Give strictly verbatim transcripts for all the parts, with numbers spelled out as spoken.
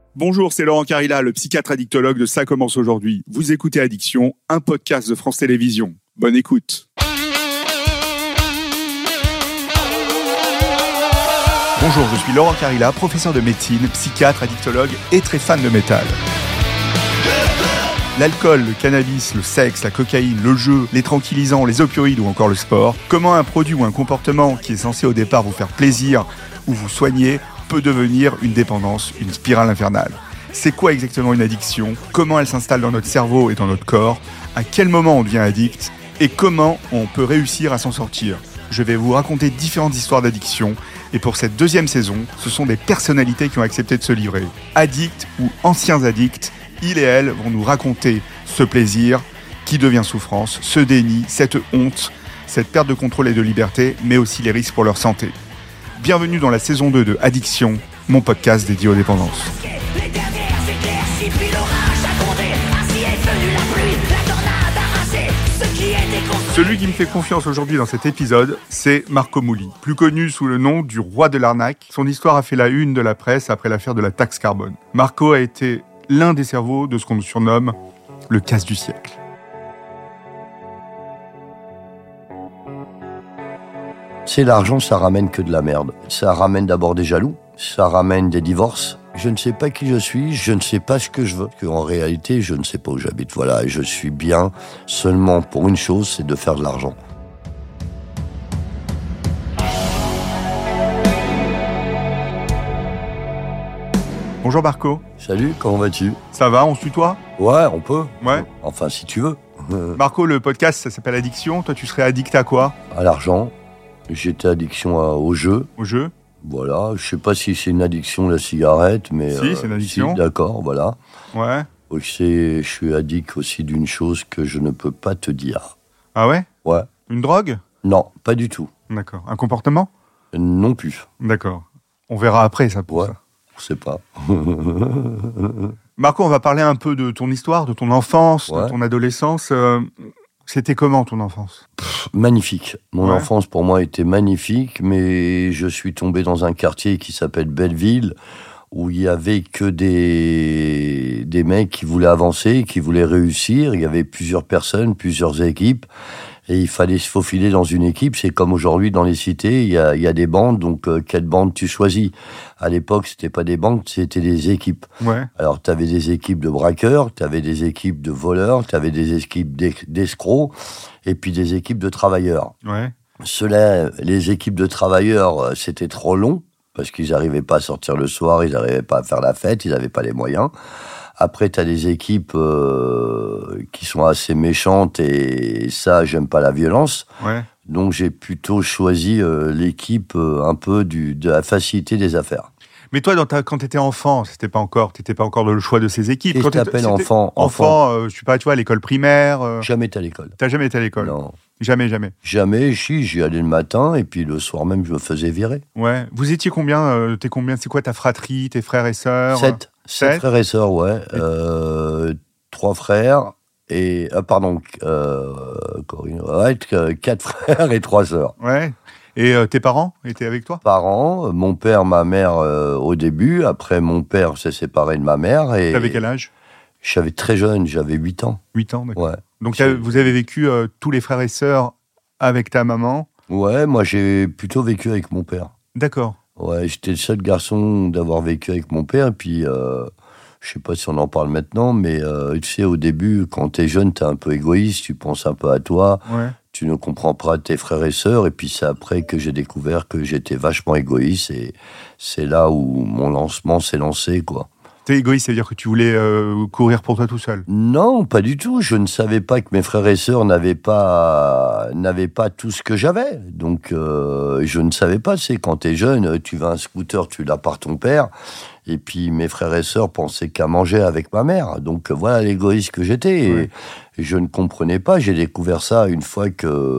Bonjour, c'est Laurent Carilla, le psychiatre addictologue de Ça commence aujourd'hui. Vous écoutez Addiction, un podcast de France Télévisions. Bonne écoute. Bonjour, je suis Laurent Carilla, professeur de médecine, psychiatre, addictologue et très fan de métal. L'alcool, le cannabis, le sexe, la cocaïne, le jeu, les tranquillisants, les opioïdes ou encore le sport. Comment un produit ou un comportement qui est censé au départ vous faire plaisir ou vous soigner peut devenir une dépendance, une spirale infernale. C'est quoi exactement une addiction ? Comment elle s'installe dans notre cerveau et dans notre corps ? À quel moment on devient addict ? Et comment on peut réussir à s'en sortir ? Je vais vous raconter différentes histoires d'addiction. Et pour cette deuxième saison, ce sont des personnalités qui ont accepté de se livrer. Addicts ou anciens addicts, ils et elles vont nous raconter ce plaisir qui devient souffrance, ce déni, cette honte, cette perte de contrôle et de liberté, mais aussi les risques pour leur santé. Bienvenue dans la saison deux de Addiction, mon podcast dédié aux dépendances. Celui qui me fait confiance aujourd'hui dans cet épisode, c'est Marco Mouli, plus connu sous le nom du roi de l'arnaque. Son histoire a fait la une de la presse après l'affaire de la taxe carbone. Marco a été l'un des cerveaux de ce qu'on surnomme le casse du siècle. C'est l'argent, ça ramène que de la merde. Ça ramène d'abord des jaloux, ça ramène des divorces. Je ne sais pas qui je suis, je ne sais pas ce que je veux. Parce qu'en réalité, je ne sais pas où j'habite. Voilà, et je suis bien seulement pour une chose, c'est de faire de l'argent. Bonjour Marco. Salut, comment vas-tu ? Ça va, on se tutoie ? Ouais, on peut. Ouais. Enfin, si tu veux. Marco, le podcast, ça s'appelle Addiction. Toi, tu serais addict à quoi ? À l'argent. J'étais addiction à, au jeu. Au jeu ? Voilà, je sais pas si c'est une addiction la cigarette, mais... Si, euh, c'est une addiction. Si, d'accord, voilà. Ouais. Je suis addict aussi d'une chose que je ne peux pas te dire. Ah ouais ? Ouais. Une drogue ? Non, pas du tout. D'accord. Un comportement ? Non plus. D'accord. On verra après ça pour ouais, ça. On sait pas. Marco, on va parler un peu de ton histoire, de ton enfance, ouais. de ton adolescence. Euh, c'était comment ton enfance ? Pff, Magnifique. Mon ouais. enfance pour moi était magnifique, mais je suis tombé dans un quartier qui s'appelle Belleville, où il y avait que des, des mecs qui voulaient avancer, qui voulaient réussir. Il y avait plusieurs personnes, plusieurs équipes. Et il fallait se faufiler dans une équipe. C'est comme aujourd'hui dans les cités, il y a, il y a des bandes. Donc, euh, quelle bande tu choisis ? À l'époque, c'était pas des bandes, c'était des équipes. Ouais. Alors, tu avais des équipes de braqueurs, tu avais des équipes de voleurs, tu avais des équipes d'escrocs, et puis des équipes de travailleurs. Ouais. Cela, les équipes de travailleurs, c'était trop long, parce qu'ils n'arrivaient pas à sortir le soir, ils n'arrivaient pas à faire la fête, ils n'avaient pas les moyens. Après, t'as des équipes euh, qui sont assez méchantes et ça, j'aime pas la violence. Ouais. Donc, j'ai plutôt choisi euh, l'équipe euh, un peu du, de la facilité des affaires. Mais toi, dans ta, quand t'étais enfant, c'était pas encore, t'étais pas encore dans le choix de ces équipes. Qu'est-ce que t'appelles enfant ? Enfant, enfant euh, je sais pas, tu vois, à l'école primaire. Euh... Jamais été à l'école. T'as jamais été à l'école ? Non. Jamais, jamais. Jamais. Si, j'y allais le matin et puis le soir même, je me faisais virer. Ouais. Vous étiez combien euh, T'es combien ? C'est quoi ta fratrie, tes frères et sœurs ? Sept. Sept frères et sœurs, ouais. Euh, trois frères et... Ah, pardon. Euh, Corinne, ouais, quatre frères et trois sœurs. Ouais. Et euh, tes parents étaient avec toi ? Parents. Mon père, ma mère euh, au début. Après, mon père s'est séparé de ma mère. Et t'avais quel âge ? J'avais très jeune, j'avais huit ans. huit ans, d'accord. Ouais. Donc vous avez vécu euh, tous les frères et sœurs avec ta maman ? Ouais, moi j'ai plutôt vécu avec mon père. D'accord. Ouais, j'étais le seul garçon d'avoir vécu avec mon père. Et puis, euh, je sais pas si on en parle maintenant, mais euh, tu sais, au début, quand t'es jeune, t'es un peu égoïste, tu penses un peu à toi. Ouais. Tu ne comprends pas tes frères et sœurs. Et puis, c'est après que j'ai découvert que j'étais vachement égoïste. Et c'est là où mon lancement s'est lancé, quoi. T'es égoïste, c'est-à-dire que tu voulais euh, courir pour toi tout seul ? Non, pas du tout. Je ne savais pas que mes frères et sœurs n'avaient pas, n'avaient pas tout ce que j'avais. Donc, euh, je ne savais pas. C'est quand t'es jeune, tu veux un scooter, tu l'as par ton père. Et puis, mes frères et sœurs pensaient qu'à manger avec ma mère. Donc, voilà l'égoïste que j'étais. Ouais. Et, et je ne comprenais pas. J'ai découvert ça une fois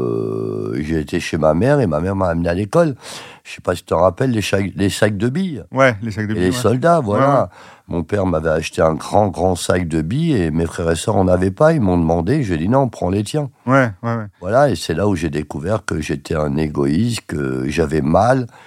que j'ai été chez ma mère et ma mère m'a amené à l'école. Je sais pas si tu te rappelles, les, cha- les sacs de billes. Ouais, les sacs de billes. Et les ouais. soldats, voilà. Ouais, ouais. Mon père m'avait acheté un grand, grand sac de billes et mes frères et sœurs en avaient pas. Ils m'ont demandé, j'ai dit non, prends les tiens. Ouais, ouais, ouais. Voilà, et c'est là où j'ai découvert que j'étais un égoïste, que j'avais mal,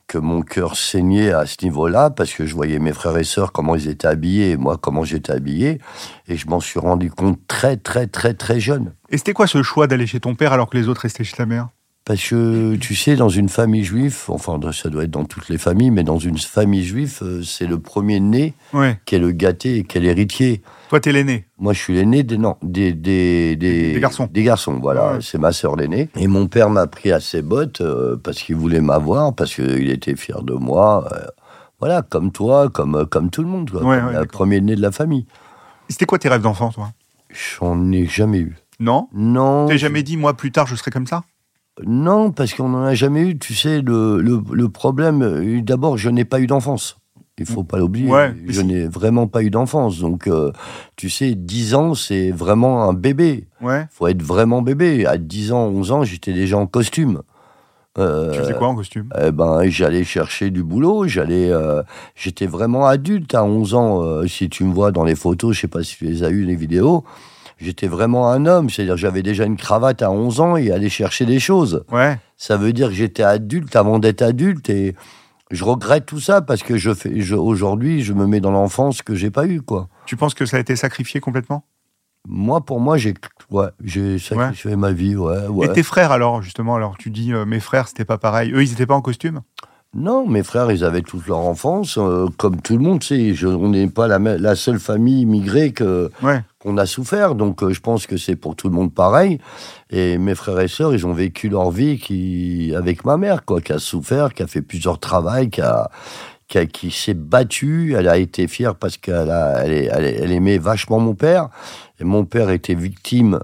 que mon cœur saignait à ce niveau-là, parce que je voyais mes frères et sœurs comment ils étaient habillés, et moi comment j'étais habillé, et je m'en suis rendu compte très, très, très, très jeune. Et c'était quoi ce choix d'aller chez ton père alors que les autres restaient chez ta mère ? Parce que, tu sais, dans une famille juive, enfin, ça doit être dans toutes les familles, mais dans une famille juive, c'est le premier né ouais. qui est le gâté, qui est l'héritier. Toi, t'es l'aîné ? Moi, je suis l'aîné des, non, des, des, des, des garçons. Des garçons, voilà. Ouais. C'est ma sœur l'aînée. Et mon père m'a pris à ses bottes euh, parce qu'il voulait m'avoir, parce qu'il était fier de moi. Euh, voilà, comme toi, comme, comme tout le monde, quoi. Ouais, comme ouais, le premier né de la famille. C'était quoi tes rêves d'enfant, toi ? J'en ai jamais eu. Non ? Non. T'as jamais dit, moi, plus tard, je serai comme ça ? Non, parce qu'on n'en a jamais eu. Tu sais, le, le, le problème, d'abord, je n'ai pas eu d'enfance. Il faut pas l'oublier. Ouais, je si. n'ai vraiment pas eu d'enfance. Donc, euh, tu sais, dix ans, c'est vraiment un bébé. Ouais. Faut être vraiment bébé. À dix ans, onze ans, j'étais déjà en costume. Euh, tu faisais quoi en costume ? Eh ben, j'allais chercher du boulot. J'allais, euh, j'étais vraiment adulte à onze ans. Euh, si tu me vois dans les photos, je sais pas si tu les as eues, les vidéos. J'étais vraiment un homme, c'est-à-dire j'avais déjà une cravate à onze ans et aller chercher des choses. Ouais. Ça veut dire que j'étais adulte avant d'être adulte et je regrette tout ça parce que je fais, je, aujourd'hui, je me mets dans l'enfance que j'ai pas eue, quoi. Tu penses que ça a été sacrifié complètement ? Moi, pour moi, j'ai, ouais, j'ai sacrifié ouais. ma vie, ouais, ouais. Et tes frères alors, justement, alors tu dis euh, mes frères, c'était pas pareil. Eux, ils étaient pas en costume ? Non, mes frères, ils avaient toute leur enfance, euh, comme tout le monde, tu sais. Je, on n'est pas la, la seule famille immigrée que, ouais. qu'on a souffert, donc euh, je pense que c'est pour tout le monde pareil. Et mes frères et sœurs, ils ont vécu leur vie qui, avec ma mère, quoi, qui a souffert, qui a fait plusieurs travaux, qui a, qui, a, qui s'est battue. Elle a été fière parce qu'elle a, elle, elle, elle aimait vachement mon père. Et mon père était victime,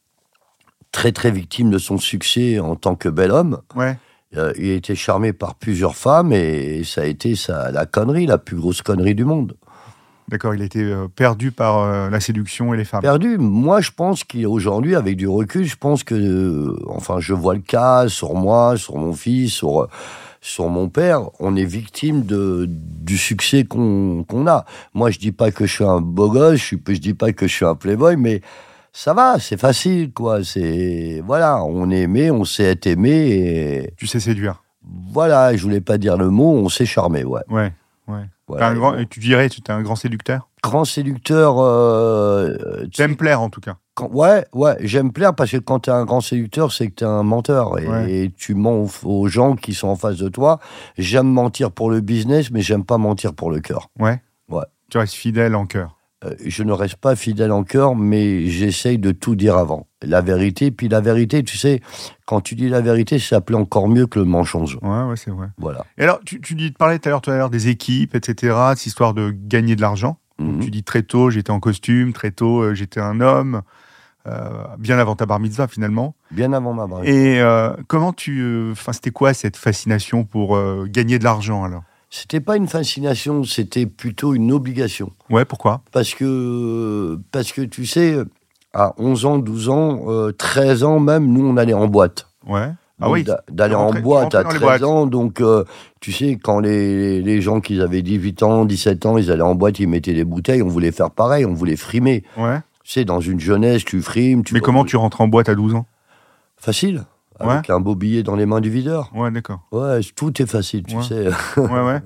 très très victime de son succès en tant que bel homme. Ouais. Euh, il a été charmé par plusieurs femmes et ça a été ça, la connerie, la plus grosse connerie du monde. D'accord, il a été euh, perdu par euh, la séduction et les femmes. Perdu. Moi, je pense qu'aujourd'hui, avec du recul, je pense que, euh, enfin, je vois le cas sur moi, sur mon fils, sur, sur mon père. On est victime de, du succès qu'on, qu'on a. Moi, je dis pas que je suis un beau gosse, je, suis, je dis pas que je suis un playboy, mais ça va, c'est facile, quoi. C'est, voilà, on est aimé, on sait être aimé et... Tu sais séduire. Voilà, je voulais pas dire le mot, on sait charmer, ouais. Ouais, ouais. Voilà, un grand, tu dirais, tu es un grand séducteur ? Grand séducteur... Euh, T'aimes plaire, en tout cas. Quand, ouais, ouais, j'aime plaire parce que quand t'es un grand séducteur, c'est que t'es un menteur. Et, ouais. et tu mens aux, aux gens qui sont en face de toi. J'aime mentir pour le business, mais j'aime pas mentir pour le cœur. Ouais. Ouais. Tu restes fidèle en cœur. Euh, je ne reste pas fidèle en cœur, mais j'essaye de tout dire avant. La vérité, puis la vérité, tu sais, quand tu dis la vérité, ça s'appelle encore mieux que le mensonge. Ouais, ouais, c'est vrai. Voilà. Et alors, tu, tu dis, parlais tout à l'heure, tout à l'heure des équipes, et cetera, cette histoire de gagner de l'argent. Mm-hmm. Donc, tu dis très tôt, j'étais en costume, très tôt, euh, j'étais un homme, euh, bien avant ta bar mitzvah, finalement. Bien avant ma bar mitzvah. Et euh, comment tu... Enfin, euh, c'était quoi cette fascination pour euh, gagner de l'argent, alors ? C'était pas une fascination, c'était plutôt une obligation. Ouais, pourquoi ? Parce que, parce que tu sais, à onze ans, douze ans, euh, treize ans même, nous, on allait en boîte. Ouais. Ah donc, oui. D'aller en boîte à treize ans, donc euh, tu sais, quand les, les gens qui avaient dix-huit ans, dix-sept ans, ils allaient en boîte, ils mettaient des bouteilles, on voulait faire pareil, on voulait frimer. Ouais. Tu sais, dans une jeunesse, tu frimes. Tu Mais comment tu rentres en boîte à douze ans ? Facile. Avec ouais. un beau billet dans les mains du videur. Ouais, d'accord. Ouais, tout est facile, tu ouais. sais. Ouais, ouais.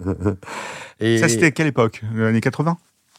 Et ça, c'était quelle époque ? Les années quatre-vingts ?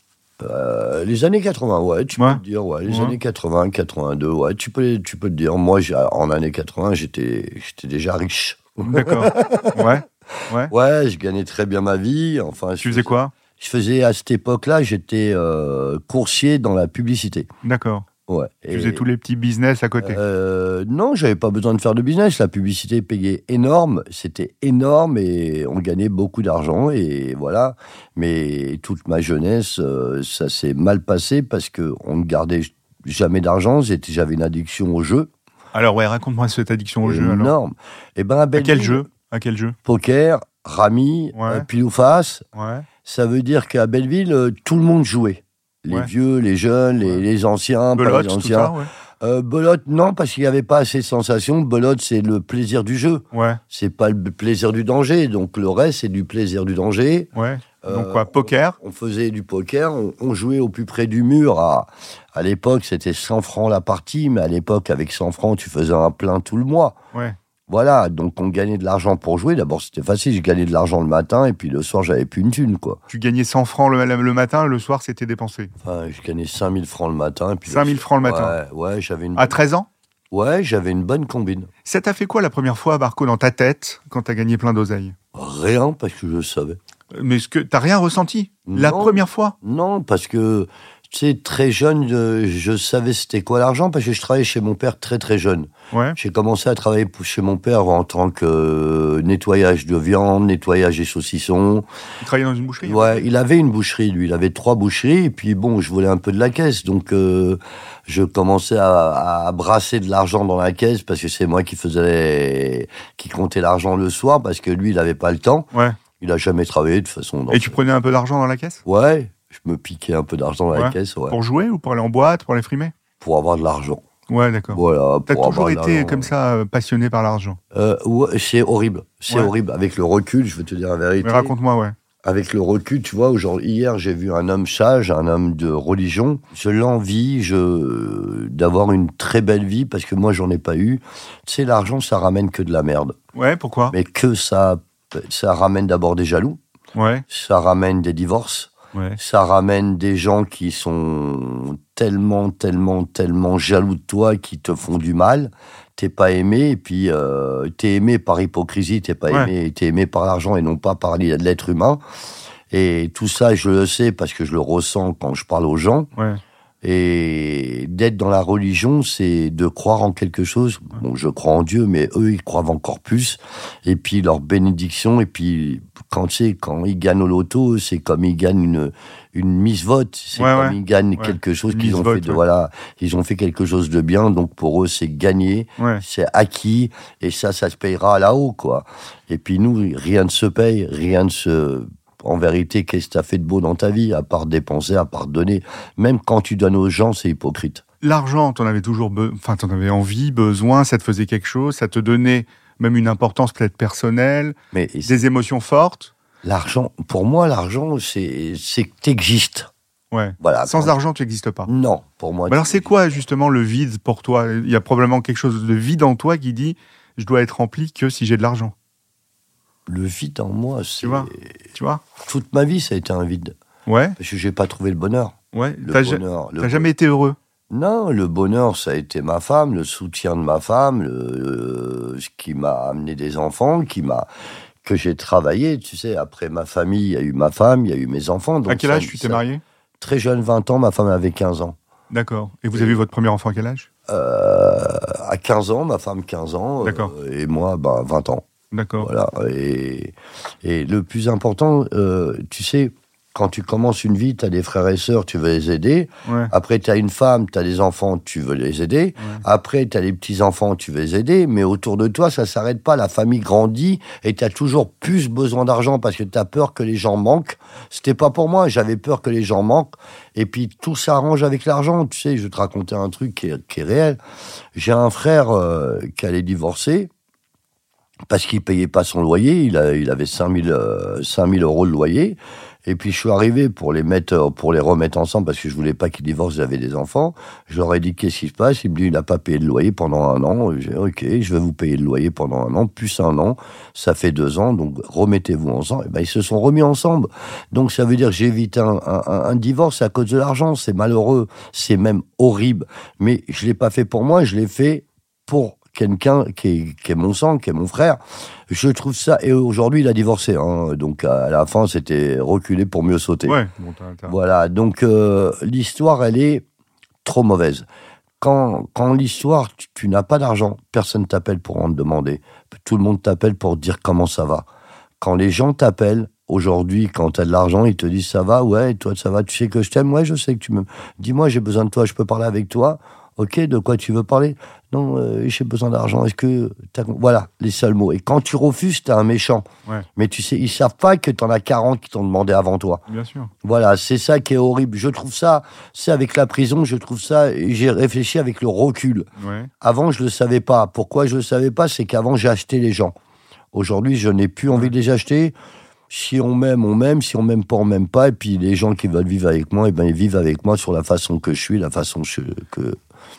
euh, Les années quatre-vingts, ouais, tu ouais. peux te dire, ouais. Les ouais. années quatre-vingts, quatre-vingt-deux, ouais, tu peux, tu peux te dire. Moi, en années quatre-vingts, j'étais, j'étais déjà riche. D'accord. Ouais. Ouais. Ouais, je gagnais très bien ma vie. Enfin, tu faisais quoi ? Je faisais, à cette époque-là, j'étais euh, coursier dans la publicité. D'accord. Ouais. Tu et faisais tous les petits business à côté ? euh, Non, j'avais pas besoin de faire de business. La publicité payait énorme, c'était énorme et on gagnait beaucoup d'argent et voilà. Mais toute ma jeunesse, euh, ça s'est mal passé parce que on ne gardait jamais d'argent. J'avais une addiction au jeu. Alors ouais, raconte-moi cette addiction au énorme. jeu. Énorme. Et ben à, à quel jeu ? À quel jeu ? Poker, rami, ouais. euh, pile ou face. Ouais. Ça veut dire qu'à Belleville, euh, tout le monde jouait. Les ouais. vieux, les jeunes, les, ouais. les anciens, Belote, pas les anciens. Tout ça, ouais. euh, belote, non, parce qu'il n'y avait pas assez de sensations. Belote, c'est le plaisir du jeu. Ouais. C'est pas le plaisir du danger. Donc le reste, c'est du plaisir du danger. Ouais. Donc quoi, poker ? On, on faisait du poker, on, on jouait au plus près du mur. À, à l'époque, c'était cent francs la partie, mais à l'époque, avec cent francs, tu faisais un plein tout le mois. Ouais. Voilà, donc on gagnait de l'argent pour jouer. D'abord, c'était facile, je gagnais de l'argent le matin, et puis le soir, j'avais plus une thune, quoi. Tu gagnais cent francs le, le matin, le soir, c'était dépensé. Enfin, je gagnais cinq mille francs le matin. Et puis cinq mille francs le matin. Ouais, ouais, j'avais une... À treize ans? Ouais, j'avais une bonne combine. Ça t'a fait quoi la première fois, Marco, dans ta tête, quand t'as gagné plein d'oseille? Rien, parce que je le savais. Mais ce que t'as rien ressenti la Non. première fois? Non, parce que, tu sais, très jeune, euh, je savais c'était quoi l'argent, parce que je travaillais chez mon père très très jeune. Ouais. J'ai commencé à travailler pour- chez mon père en tant que euh, nettoyage de viande, nettoyage des saucissons. Tu travaillais dans une boucherie? Ouais, il avait une boucherie, lui. Il avait trois boucheries, et puis bon, je voulais un peu de la caisse, donc euh, je commençais à, à brasser de l'argent dans la caisse, parce que c'est moi qui faisais, les- qui comptais l'argent le soir, parce que lui, il avait pas le temps. Ouais. Il a jamais travaillé de toute façon. dans Et ce- tu prenais un peu d'argent dans la caisse? Ouais, je me piquais un peu d'argent dans la Ouais. caisse, ouais, Pour jouer ou pour aller en boîte, pour aller frimer? pour avoir de l'argent. Ouais, d'accord. Voilà. T'as pour toujours avoir de été l'argent. comme ça, euh, passionné par l'argent. Euh, ouais, c'est horrible. C'est Ouais. horrible. Avec le recul, je veux te dire la vérité. Mais raconte-moi, ouais. Avec le recul, tu vois, aujourd'hui, hier, j'ai vu un homme sage, un homme de religion. Je l'envie je... d'avoir une très belle vie, parce que moi, j'en ai pas eu. Tu sais, l'argent, ça ramène que de la merde. Ouais, pourquoi? Mais que ça, ça ramène d'abord des jaloux, Ouais, ça ramène des divorces, ouais. ça ramène des gens qui sont tellement, tellement, tellement jaloux de toi, qui te font du mal. T'es pas aimé, et puis euh, t'es aimé par hypocrisie, t'es pas Ouais. aimé, t'es aimé par l'argent et non pas par l'être humain. Et tout ça, je le sais parce que je le ressens quand je parle aux gens. Ouais. Et d'être dans la religion, c'est de croire en quelque chose. Bon, je crois en Dieu, mais eux, ils croient encore plus. Et puis leur bénédiction. Et puis quand tu sais, quand ils gagnent au loto, c'est comme ils gagnent une une Miss Vote. C'est Ouais, comme ouais. ils gagnent Ouais. quelque chose Une qu'ils Miss ont Vote, fait de ouais. voilà, ils ont fait quelque chose de bien. Donc pour eux, c'est gagné, Ouais. c'est acquis. Et ça, ça se payera là-haut, quoi. Et puis nous, rien ne se paye, rien ne se en vérité, qu'est-ce que tu as fait de beau dans ta vie, à part dépenser, à part donner? Même quand tu donnes aux gens, c'est hypocrite. L'argent, t'en avais toujours, be... enfin, t'en avais envie, besoin, ça te faisait quelque chose, ça te donnait même une importance peut-être personnelle, Mais des émotions fortes. l'argent, pour moi, l'argent, c'est, c'est que t'existes. Ouais. Voilà. Sans Quand- argent, tu n'existes pas. Non, pour moi. Mais alors, c'est quoi justement le vide pour toi? Il y a probablement quelque chose de vide en toi qui dit je dois être rempli que si j'ai de l'argent. Le vide en moi, c'est. vois Tu vois? Toute ma vie, ça a été un vide. Ouais. Parce que j'ai pas trouvé le bonheur. Ouais. Le T'as ja- bonheur. le t'as bo- jamais été heureux? Non, le bonheur, ça a été ma femme, le soutien de ma femme, le, le- ce qui m'a amené des enfants, qui m'a que j'ai travaillé. Tu sais, après ma famille, il y a eu ma femme, il y a eu mes enfants. Donc À quel ça- âge tu t'es ça- marié? Très jeune, vingt ans, ma femme avait quinze ans. D'accord. Et vous avez eu votre premier enfant à quel âge? Euh, à quinze ans, ma femme quinze ans, euh, D'accord. et moi, ben, vingt ans. D'accord. Voilà. Et, et le plus important, euh, tu sais, quand tu commences une vie, tu as des frères et sœurs, tu veux les aider. Ouais. Après, tu as une femme, tu as des enfants, tu veux les aider. Ouais. Après, tu as des petits-enfants, tu veux les aider. Mais autour de toi, ça s'arrête pas. La famille grandit et tu as toujours plus besoin d'argent parce que tu as peur que les gens manquent. C'était pas pour moi, j'avais peur que les gens manquent. Et puis, tout s'arrange avec l'argent. Tu sais, je vais te raconter un truc qui est, qui est réel. J'ai un frère euh, qui allait divorcer parce qu'il payait pas son loyer. Il, a, il avait cinq mille euros de loyer. Et puis je suis arrivé pour les mettre, pour les remettre ensemble parce que je voulais pas qu'ils divorcent, j'avais des enfants. Je leur ai dit qu'est-ce qui se passe. Il me dit il a pas payé de loyer pendant un an. J'ai dit ok, je vais vous payer le loyer pendant un an, plus un an, ça fait deux ans. Donc remettez-vous ensemble. Et ben ils se sont remis ensemble. Donc ça veut dire que j'ai évité un, un, un divorce à cause de l'argent. C'est malheureux, c'est même horrible. Mais je l'ai pas fait pour moi, je l'ai fait pour quelqu'un qui est, qui est mon sang, qui est mon frère. Je trouve ça... Et aujourd'hui, il a divorcé. Hein, donc, à la fin, c'était reculer pour mieux sauter. Ouais. Bon, t'as- t'as- Voilà. Donc, euh, l'histoire, elle est trop mauvaise. Quand, quand l'histoire, tu, tu n'as pas d'argent, personne t'appelle pour en te demander. Tout le monde t'appelle pour te dire comment ça va. Quand les gens t'appellent, aujourd'hui, quand tu as de l'argent, ils te disent ça va, ouais, et toi, ça va, tu sais que je t'aime, ouais, je sais que tu me... Dis-moi, j'ai besoin de toi, je peux parler avec toi. Ok, de quoi tu veux parler? Non, euh, j'ai besoin d'argent. Est-ce que... t'as- Voilà, les seuls mots. Et quand tu refuses, t'es un méchant. Ouais. Mais tu sais, ils savent pas que t'en as quarante qui t'ont demandé avant toi. Bien sûr. Voilà, c'est ça qui est horrible. Je trouve ça, c'est avec la prison, je trouve ça, et j'ai réfléchi avec le recul. Ouais. Avant, je le savais pas. Pourquoi je le savais pas? C'est qu'avant, j'ai acheté les gens. Aujourd'hui, je n'ai plus envie de les acheter. Si on m'aime, on m'aime. Si on m'aime pas, on m'aime pas. Et puis, les gens qui veulent vivre avec moi, eh ben, ils vivent avec moi sur la façon que je suis, la façon que... que-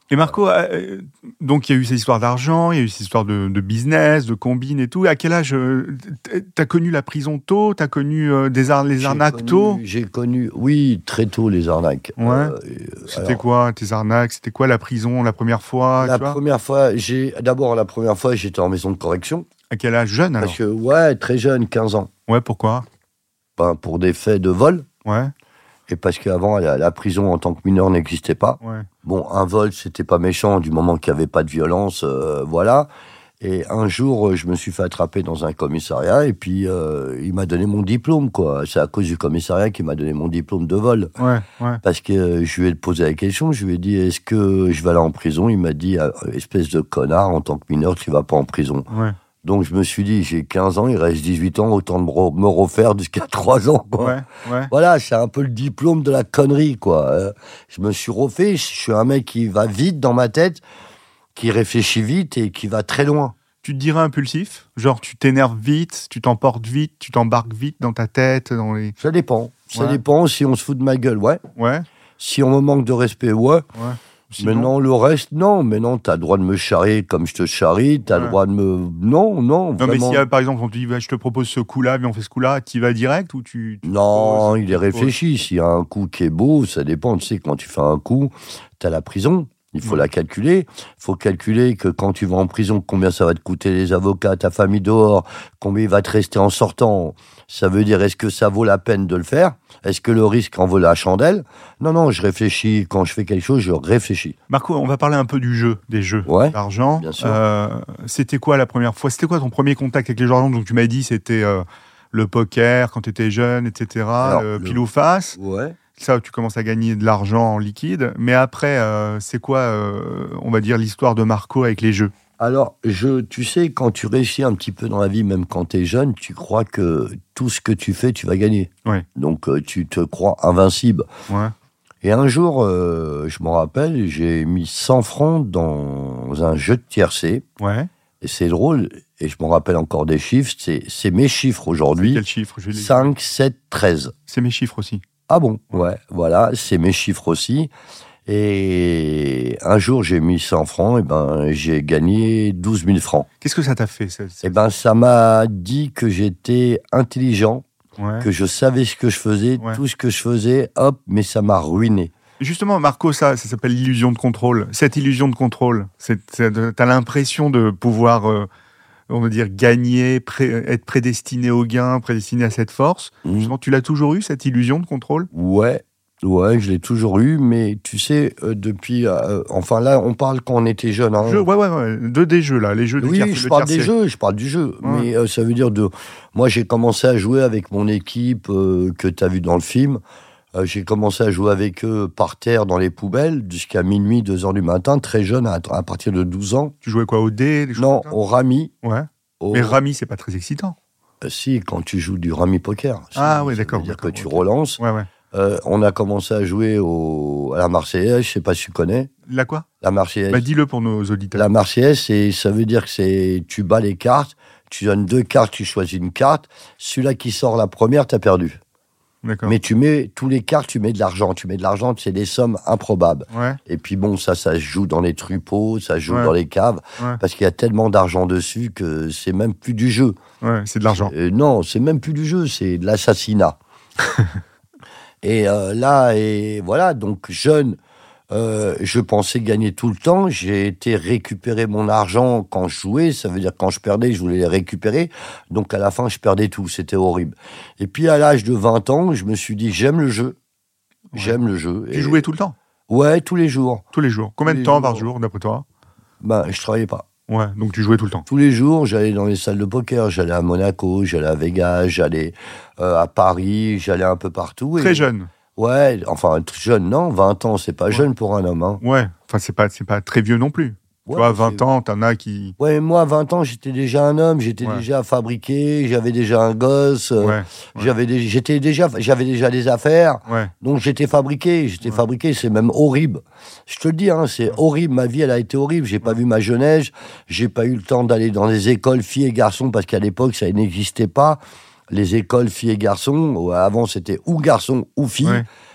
Et Marco, euh, donc il y a eu ces histoires d'argent, il y a eu ces histoires de, de business, de combine et tout. À quel âge euh, t'as connu la prison tôt? T'as connu euh, des ar- les J'ai arnaques connu- tôt? J'ai connu, oui, très tôt les arnaques. Ouais. Euh, C'était alors, quoi tes arnaques? C'était quoi la prison la première fois? La Tu vois première fois, j'ai d'abord la première fois, j'étais en maison de correction. À quel âge? Jeune alors? Parce que, ouais, très jeune, quinze ans. Ouais, pourquoi? Ben, pour des faits de vol. Ouais, Et parce qu'avant, la, la prison en tant que mineur n'existait pas. ouais. Bon, un vol, c'était pas méchant du moment qu'il n'y avait pas de violence, euh, voilà. Et un jour, euh, je me suis fait attraper dans un commissariat et puis euh, il m'a donné mon diplôme, quoi. C'est à cause du commissariat qu'il m'a donné mon diplôme de vol. Ouais, ouais. Parce que euh, je lui ai posé la question, je lui ai dit, est-ce que je vais aller en prison? Il m'a dit, ah, espèce de connard, en tant que mineur, tu vas pas en prison. Ouais, Donc je me suis dit, j'ai quinze ans, il reste dix-huit ans, autant de me re- me refaire jusqu'à trois ans, quoi. ouais, ouais. Voilà, c'est un peu le diplôme de la connerie, quoi. Euh, je me suis refait, je suis un mec qui va vite dans ma tête, qui réfléchit vite et qui va très loin. Tu te dirais impulsif? Genre tu t'énerves vite, tu t'emportes vite, tu t'embarques vite dans ta tête, dans les... Ça dépend. Ça Ouais. dépend si on se fout de ma gueule, ouais. Ouais, Si on me manque de respect, ouais. ouais. Mais Sinon- non, le reste, non. Mais non, t'as le droit de me charrier comme je te charrie, t'as Ouais. le droit de me... Non, non, Non, mais vraiment. si, euh, par exemple, on te dit, bah, je te propose ce coup-là, mais on fait ce coup-là, tu y vas direct ou tu... tu Non, poses, il tu est poses réfléchi. S'il y a un coup qui est beau, ça dépend. Tu sais, quand tu fais un coup, t'as la prison. Il faut Ouais. la calculer. Il faut calculer que quand tu vas en prison, combien ça va te coûter les avocats, ta famille dehors, combien il va te rester en sortant. Ça veut dire, est-ce que ça vaut la peine de le faire? Est-ce que le risque en vaut la chandelle? Non, non, je réfléchis. Quand je fais quelque chose, je réfléchis. Marco, on va parler un peu du jeu, des jeux Ouais, d'argent. bien sûr. Euh, c'était quoi la première fois? C'était quoi ton premier contact avec les jeux d'argent? Donc tu m'as dit c'était euh, le poker quand tu étais jeune, et cetera. Alors, euh, le- pile ou face. Ouais. Ça, tu commences à gagner de l'argent en liquide. Mais après, euh, c'est quoi, euh, on va dire, l'histoire de Marco avec les jeux? Alors, je, tu sais, quand tu réussis un petit peu dans la vie, même quand tu es jeune, tu crois que tout ce que tu fais, tu vas gagner. Ouais. Donc, euh, tu te crois invincible. Ouais. Et un jour, euh, je m'en rappelle, j'ai mis cent francs dans un jeu de tiercé. Ouais. Et c'est drôle, et je m'en rappelle encore des chiffres, c'est, c'est mes chiffres aujourd'hui. Quel chiffre? Je vais les- cinq, sept, treize. C'est mes chiffres aussi. Ah bon? Ouais, voilà, c'est mes chiffres aussi. Et un jour, j'ai mis cent francs, et ben, j'ai gagné douze mille francs. Qu'est-ce que ça t'a fait ça, ça- Et ben, ça m'a dit que j'étais intelligent, Ouais. que je savais ce que je faisais, Ouais. tout ce que je faisais, hop, mais ça m'a ruiné. Justement, Marco, ça, ça s'appelle l'illusion de contrôle. Cette illusion de contrôle, c'est, c'est, t'as l'impression de pouvoir, euh, on va dire, gagner, pré- être prédestiné au gain, prédestiné à cette force. Mmh. Justement, tu l'as toujours eu, cette illusion de contrôle? Ouais, ouais, je l'ai toujours eu, mais tu sais, euh, depuis... euh, enfin là, on parle quand on était jeune. Hein. Jeux, ouais, ouais, ouais. Deux des jeux, là. Les jeux du Oui, tiercé, je le parle des tiercé. jeux, je parle du jeu. Ouais. Mais euh, ça veut dire de... Moi, j'ai commencé à jouer avec mon équipe euh, que tu as vu dans le film. Euh, j'ai commencé à jouer avec eux par terre dans les poubelles jusqu'à minuit, deux heures du matin, très jeune, à, à partir de douze ans. Tu jouais quoi, au dé, des choses Non, comme ça au rami. Ouais. Au... Mais Rami, c'est pas très excitant. Euh, si, quand tu joues du rami poker. Ah Si, ouais, ça d'accord, veut dire que d'accord, tu ok. relances. Ouais, ouais. Euh, on a commencé à jouer au... à la Marseillaise, je sais pas si tu connais. La quoi? La Marseillaise. Bah, dis-le pour nos auditeurs. La Marseillaise, c'est, ça veut dire que c'est, tu bats les cartes, tu donnes deux cartes, tu choisis une carte. Celui-là qui sort la première, t'as perdu. D'accord. Mais tu mets, tous les cartes, tu mets de l'argent. Tu mets de l'argent, c'est des sommes improbables. Ouais, Et puis bon, ça, ça se joue dans les tripots, ça se joue Ouais. dans les caves, ouais, parce qu'il y a tellement d'argent dessus que c'est même plus du jeu. ouais, c'est de l'argent. Euh, non, c'est même plus du jeu, c'est de l'assassinat. Et euh, là, et voilà, donc jeune, euh, je pensais gagner tout le temps. J'ai été récupérer mon argent quand je jouais. Ça veut dire quand je perdais, je voulais les récupérer. Donc à la fin, je perdais tout. C'était horrible. Et puis à l'âge de vingt ans, je me suis dit, j'aime le jeu. Ouais. J'aime le jeu. Tu Et- jouais tout le temps? Ouais, tous les jours. Tous les jours. Combien Tous de les temps jours. par jour, d'après toi? Ben, je travaillais pas. Ouais, donc tu jouais tout le temps. Tous les jours, j'allais dans les salles de poker. J'allais à Monaco, j'allais à Vegas, j'allais euh, à Paris, j'allais un peu partout. Très et... jeune. Ouais, enfin, t- jeune, non, vingt ans, c'est pas Ouais. jeune pour un homme. Hein. Ouais, enfin, c'est pas, c'est pas très vieux non plus. Ouais, tu vois, c'est- vingt ans, t'en as qui. Ouais, moi, à vingt ans, j'étais déjà un homme, j'étais Ouais. déjà fabriqué, j'avais déjà un gosse, euh, Ouais, ouais. j'avais des- j'étais déjà, j'avais déjà des affaires, ouais. donc j'étais fabriqué, j'étais Ouais. fabriqué, c'est même horrible. Je te le dis, hein, c'est horrible, ma vie, elle a été horrible, j'ai pas vu ma jeunesse, j'ai pas eu le temps d'aller dans les écoles filles et garçons, parce qu'à l'époque, ça n'existait pas, les écoles filles et garçons, avant, c'était ou garçons ou filles. Ouais.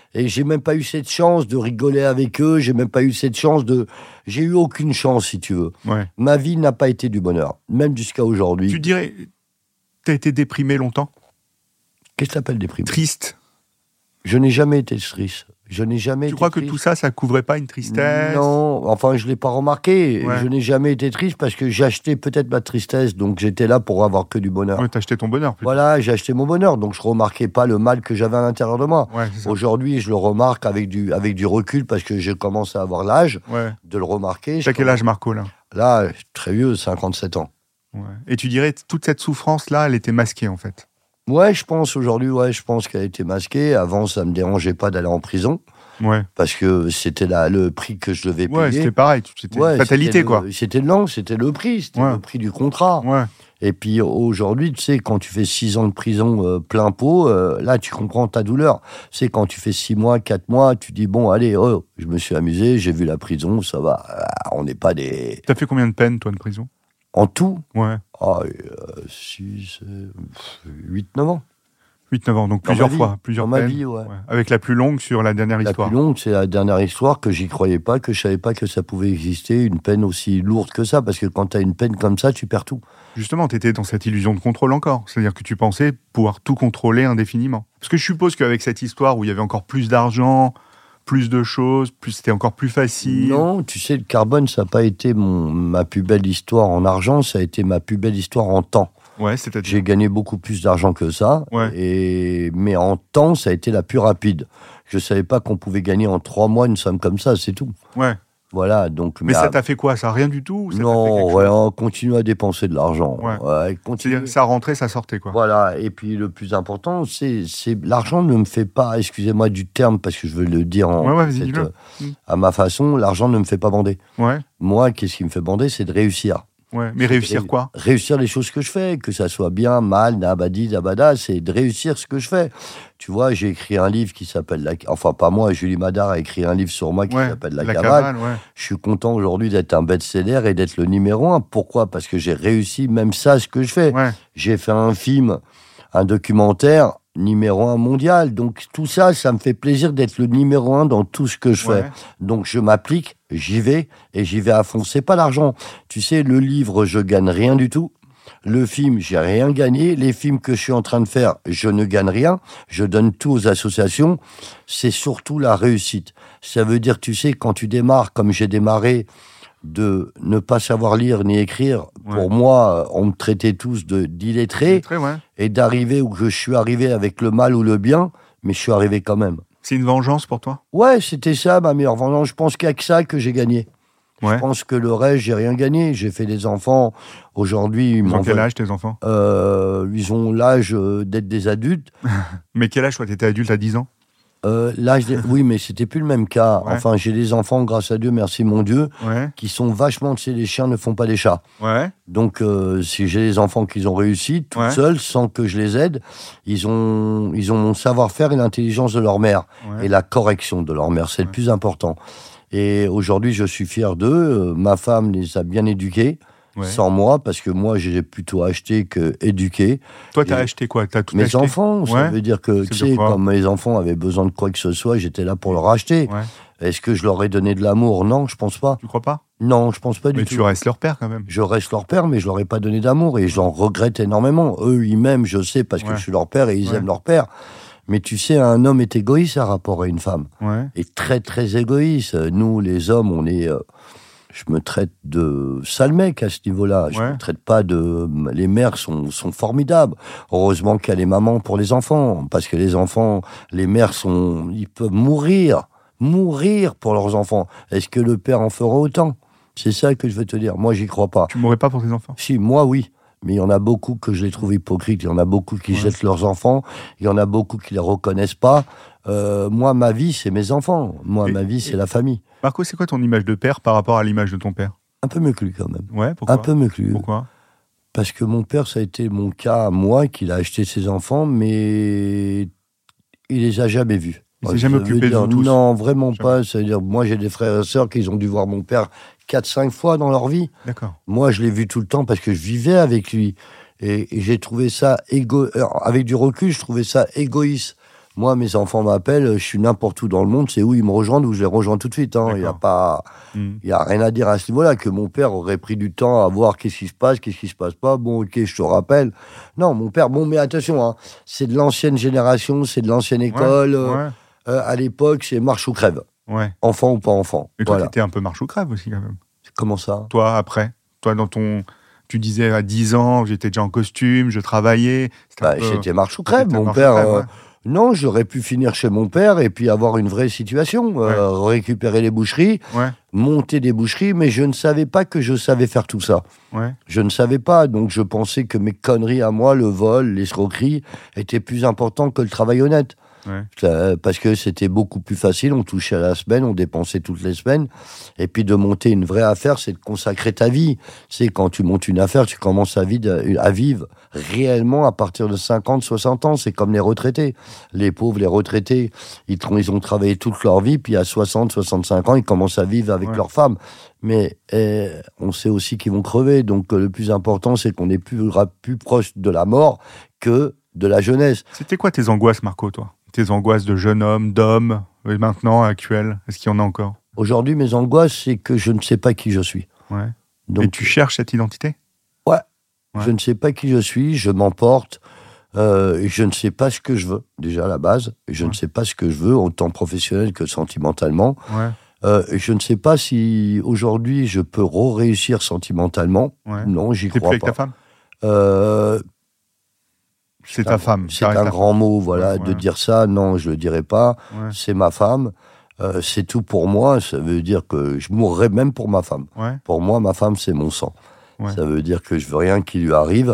Et j'ai même pas eu cette chance de rigoler avec eux, j'ai même pas eu cette chance de... J'ai eu aucune chance, si tu veux. Ouais. Ma vie n'a pas été du bonheur, même jusqu'à aujourd'hui. Tu dirais, t'as été déprimé longtemps ? Qu'est-ce que t'appelles déprimé ? Triste. Je n'ai jamais été triste. Je n'ai jamais Tu été crois que triste. tout ça, ça couvrait pas une tristesse ? Non, enfin, je l'ai pas remarqué. Ouais. Je n'ai jamais été triste parce que j'ai acheté peut-être ma tristesse, donc j'étais là pour avoir que du bonheur. Ouais, t'as acheté ton bonheur. Plutôt. Voilà, j'ai acheté mon bonheur, donc je remarquais pas le mal que j'avais à l'intérieur de moi. Ouais, c'est ça. Aujourd'hui, je le remarque avec du, avec du recul parce que je commence à avoir l'âge Ouais. de le remarquer. T'as Je quel âge, Marco, là ? Là, très vieux, cinquante-sept ans. Ouais. Et tu dirais, toute cette souffrance-là, elle était masquée, en fait. Ouais, je pense aujourd'hui, ouais, je pense qu'elle a été masquée. Avant, ça me dérangeait pas d'aller en prison Ouais. parce que c'était là le prix que je devais payer. Ouais, c'était pareil. C'était Ouais, une fatalité, c'était quoi. le- C'était non, c'était le prix, c'était Ouais. le prix du contrat. Ouais. Et puis aujourd'hui, tu sais, quand tu fais six ans de prison euh, plein pot, euh, là, tu comprends ta douleur. C'est quand tu fais six mois, quatre mois, tu dis bon, allez, oh, je me suis amusé, j'ai vu la prison, ça va. Ah, on n'est pas des. T'as fait combien de peines, toi, de prison ? En tout, Ouais. ah, six, huit, neuf ans. huit neuf ans, donc Dans plusieurs ma vie. fois, plusieurs Dans ma peines. vie, ouais. Ouais. Avec la plus longue sur la dernière La histoire. plus longue, c'est la dernière histoire que j'y croyais pas, que je savais pas que ça pouvait exister, une peine aussi lourde que ça, parce que quand tu as une peine comme ça, tu perds tout. Justement, tu étais dans cette illusion de contrôle encore. C'est-à-dire que tu pensais pouvoir tout contrôler indéfiniment. Parce que je suppose qu'avec cette histoire où il y avait encore plus d'argent, plus de choses, plus c'était encore plus facile. Non, tu sais, le carbone, ça n'a pas été mon, ma plus belle histoire en argent, ça a été ma plus belle histoire en temps. Ouais, c'est-à-dire. J'ai gagné beaucoup plus d'argent que ça, Ouais. et, mais en temps, ça a été la plus rapide. Je ne savais pas qu'on pouvait gagner en trois mois une somme comme ça, c'est tout. Ouais. Voilà, donc... Mais ça à- t'a fait quoi ? Ça rien du tout ou ça t'a fait Non, quelque ouais, chose on continue à dépenser de l'argent. Ouais. Ouais, continue. C'est-à-dire, ça rentrait, ça sortait, quoi. Voilà, et puis le plus important, c'est, c'est l'argent ne me fait pas, excusez-moi du terme, parce que je veux le dire en, Ouais, ouais, vas-y, cette, dis-le. euh, Mm. à ma façon, l'argent ne me fait pas bander. Ouais, Moi, qu'est-ce qui me fait bander, c'est de réussir. ouais. Mais réussir Ré- quoi ? Réussir les choses que je fais, que ça soit bien, mal, nabadi, nabada, c'est de réussir ce que je fais. Tu vois, j'ai écrit un livre qui s'appelle... La... Enfin, pas moi, Julie Madar a écrit un livre sur moi qui Ouais, s'appelle La, la Cavale. cavale, ouais. Je suis content aujourd'hui d'être un best-seller et d'être le numéro un. Pourquoi ? Parce que j'ai réussi même ça, ce que je fais. Ouais, J'ai fait un film, un documentaire, numéro un mondial. Donc tout ça, ça me fait plaisir d'être le numéro un dans tout ce que je ouais. fais. Donc je m'applique, j'y vais, et j'y vais à fond. C'est pas l'argent. Tu sais, le livre, je gagne rien du tout. Le film, j'ai rien gagné. Les films que je suis en train de faire, je ne gagne rien. Je donne tout aux associations. C'est surtout la réussite. Ça veut dire, tu sais, quand tu démarres, comme j'ai démarré, de ne pas savoir lire ni écrire, Ouais. pour moi, on me traitait tous de d'illettré, Très, ouais. et d'arriver où je suis arrivé avec le mal ou le bien, mais je suis arrivé quand même. C'est une vengeance pour toi ? Ouais, c'était ça ma meilleure vengeance. Je pense qu'il n'y a que ça que j'ai gagné. Ouais. Je pense que le reste, j'ai rien gagné. J'ai fait des enfants. Aujourd'hui, ils Ils ont m'envoient- quel âge, tes enfants ? Euh, ils ont l'âge euh, d'être des adultes. Mais quel âge, toi ? T'étais adulte à dix ans ? Euh, l'âge des- Oui, mais c'était plus le même cas. Ouais. Enfin, j'ai des enfants, grâce à Dieu, merci mon Dieu, Ouais, qui sont vachement... Tu sais, les chiens ne font pas des chats. ouais, Donc, euh, si j'ai des enfants qui ont réussi, tout Ouais. seuls, sans que je les aide, ils ont, ils ont mon savoir-faire et l'intelligence de leur mère. ouais. Et la correction de leur mère, c'est Ouais. le plus important. Et aujourd'hui, je suis fier d'eux. Euh, ma femme les a bien éduqués, Ouais. sans moi, parce que moi, j'ai plutôt acheté que éduqué. Toi, t'as Et acheté quoi ? T'as tout Mes acheté ? enfants, ça Ouais. veut dire que, C'est tu de sais, quoi quand mes enfants avaient besoin de quoi que ce soit, j'étais là pour leur acheter. Ouais. Est-ce que je leur ai donné de l'amour ? Non, je pense pas. Tu crois pas ? Non, je pense pas du Mais tout. tu restes leur père, quand même. Je reste leur père, mais je leur ai pas donné d'amour et j'en regrette énormément. Eux, ils m'aiment, je sais, parce que Ouais. je suis leur père et ils Ouais. aiment leur père. Mais tu sais, un homme est égoïste par rapport à une femme. Ouais. Et très, très égoïste. Nous, les hommes, on est... euh, je me traite de sale mec à ce niveau-là. Je Ouais. me traite pas de... Les mères sont, sont formidables. Heureusement qu'il y a les mamans pour les enfants. Parce que les enfants, les mères sont... Ils peuvent mourir. Mourir pour leurs enfants. Est-ce que le père en fera autant ? C'est ça que je veux te dire. Moi, j'y crois pas. Tu mourrais pas pour tes enfants ? Si, moi, oui. Mais il y en a beaucoup que je les trouve hypocrites. Il y en a beaucoup qui Ouais. jettent leurs enfants. Il y en a beaucoup qui les reconnaissent pas. Euh, moi, ma vie, c'est mes enfants. Moi, Et- ma vie, c'est la famille. Marco, c'est quoi ton image de père par rapport à l'image de ton père ? Un peu mieux que lui, quand même. Ouais, pourquoi ? Un peu mieux que lui. Pourquoi ? Parce que mon père, ça a été mon cas à moi, qu'il a acheté ses enfants, mais il les a jamais vus. Il s'est jamais Ça veut occupé de dire- vous tous ? Non, vraiment Jamais. pas. C'est-à-dire, moi, j'ai des frères et sœurs qui ont dû voir mon père quatre cinq fois dans leur vie. D'accord. Moi, je l'ai vu tout le temps parce que je vivais avec lui. Et, et j'ai trouvé ça égo... Alors, avec du recul, je trouvais ça égoïste. Moi, mes enfants m'appellent, je suis n'importe où dans le monde, c'est où ils me rejoignent, où je les rejoins tout de suite. Hein. Il n'y a pas, il mmh. y a rien à dire à ce niveau-là, que mon père aurait pris du temps à voir qu'est-ce qui se passe, qu'est-ce qui se passe pas. Bon, ok, je te rappelle. Non, mon père, bon, mais attention, hein, c'est de l'ancienne génération, c'est de l'ancienne école. Ouais, ouais. Euh, à l'époque, c'est marche ou crève. Ouais. Enfant ou pas enfant. Et toi, voilà. t'étais un peu marche ou crève aussi, quand même. Comment ça ? Toi, après, toi, dans ton... Tu disais à dix ans, j'étais déjà en costume, je travaillais. Bah, peu... J'étais marche ou crève, mon père. Crève, euh, ouais. Non, j'aurais pu finir chez mon père et puis avoir une vraie situation. Ouais. Euh, récupérer les boucheries, ouais. monter des boucheries, mais je ne savais pas que je savais faire tout ça. Ouais. Je ne savais pas, donc je pensais que mes conneries à moi, le vol, l'escroquerie, étaient plus importants que le travail honnête. Ouais. Parce que c'était beaucoup plus facile, on touchait à la semaine, on dépensait toutes les semaines. Et puis de monter une vraie affaire, c'est de consacrer ta vie. C'est quand tu montes une affaire, tu commences à vivre, à vivre réellement à partir de cinquante, soixante ans. C'est comme les retraités. Les pauvres, les retraités, ils, ils ont travaillé toute leur vie, puis à soixante, soixante-cinq ans, ils commencent à vivre avec ouais. leur femme. Mais eh, on sait aussi qu'ils vont crever. Donc le plus important, c'est qu'on est plus, plus proche de la mort que de la jeunesse. C'était quoi tes angoisses, Marco, toi ? Tes angoisses de jeune homme, d'homme, et maintenant, actuel, est-ce qu'il y en a encore ? Aujourd'hui, mes angoisses, c'est que je ne sais pas qui je suis. Ouais. Donc, et tu cherches cette identité ? Ouais. ouais. Je ne sais pas qui je suis, je m'emporte, euh, je ne sais pas ce que je veux, déjà à la base. Je ouais. ne sais pas ce que je veux, autant professionnel que sentimentalement. Ouais. Euh, je ne sais pas si aujourd'hui, je peux re-réussir sentimentalement. Ouais. Non, j'y T'es crois plus pas. avec ta femme ? euh, C'est ta un, femme. C'est un grand femme. mot, voilà, ouais, ouais. de dire ça. Non, je le dirai pas. Ouais. C'est ma femme. Euh, c'est tout pour moi. Ça veut dire que je mourrais même pour ma femme. Ouais. Pour moi, ma femme, c'est mon sang. Ouais. Ça veut dire que je veux rien qui lui arrive.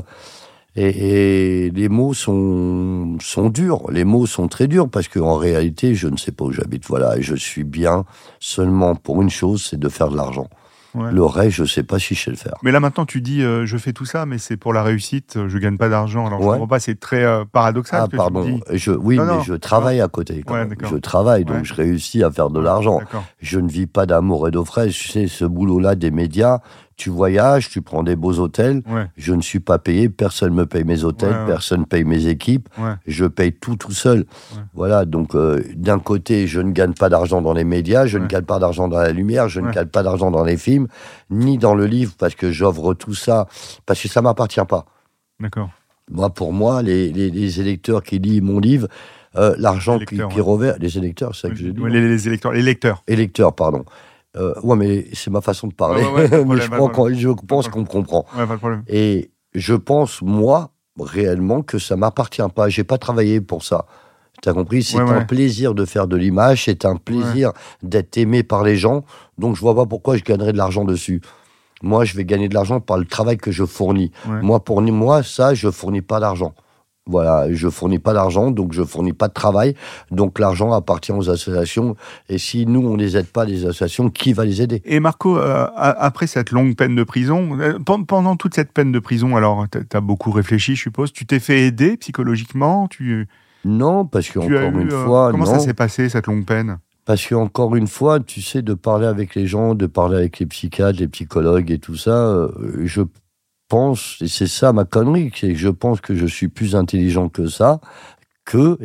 Et, et les mots sont, sont durs. Les mots sont très durs parce qu'en réalité, je ne sais pas où j'habite. Voilà, et je suis bien seulement pour une chose, c'est de faire de l'argent. Ouais. Le reste, je ne sais pas si je sais le faire. Mais là, maintenant, tu dis, euh, je fais tout ça, mais c'est pour la réussite, je ne gagne pas d'argent. Alors, je ne ouais. comprends pas, c'est très euh, paradoxal. Ah, que pardon. Tu me dis. Je, oui, non, mais non. je travaille à côté. Quand ouais, même. Je travaille, donc ouais. je réussis à faire de l'argent. D'accord. Je ne vis pas d'amour et d'eau fraîche. Tu sais, ce boulot-là des médias, tu voyages, tu prends des beaux hôtels. Ouais. Je ne suis pas payé, personne ne me paye mes hôtels, ouais, ouais. personne ne paye mes équipes. Ouais. Je paye tout tout seul. Ouais. Voilà, donc euh, d'un côté, je ne gagne pas d'argent dans les médias, je ouais. ne gagne pas d'argent dans la lumière, je ouais. ne gagne pas d'argent dans les films, ni dans le livre, parce que j'offre tout ça, parce que ça ne m'appartient pas. D'accord. Moi, pour moi, les, les, les électeurs qui lisent mon livre, euh, l'argent qui, qui revers... Les électeurs, c'est ça que j'ai dit. Les, les électeurs, les lecteurs. Électeurs, pardon. Euh, ouais, mais c'est ma façon de parler. Ouais, ouais, ouais, mais je, prends quand, je pense qu'on me comprend. Ouais, pas de problème. Et je pense, moi, réellement, que ça ne m'appartient pas. Je n'ai pas travaillé pour ça. Tu as compris ? C'est ouais, un ouais. plaisir de faire de l'image, c'est un plaisir ouais. d'être aimé par les gens. Donc, je ne vois pas pourquoi je gagnerais de l'argent dessus. Moi, je vais gagner de l'argent par le travail que je fournis. Ouais. Moi, pour moi, ça, je ne fournis pas d'argent. Voilà, je fournis pas d'argent, donc je fournis pas de travail. Donc l'argent appartient aux associations. Et si nous, on les aide pas, les associations, qui va les aider ? Et Marco, euh, après cette longue peine de prison, euh, pendant toute cette peine de prison, alors, tu as beaucoup réfléchi, je suppose. Tu t'es fait aider psychologiquement tu... Non, parce qu'encore une euh, fois... Comment non. ça s'est passé, cette longue peine ? Parce qu'encore une fois, tu sais, de parler avec les gens, de parler avec les psychiatres, les psychologues et tout ça, euh, je pense, et c'est ça ma connerie, c'est que je pense que je suis plus intelligent que ça, que,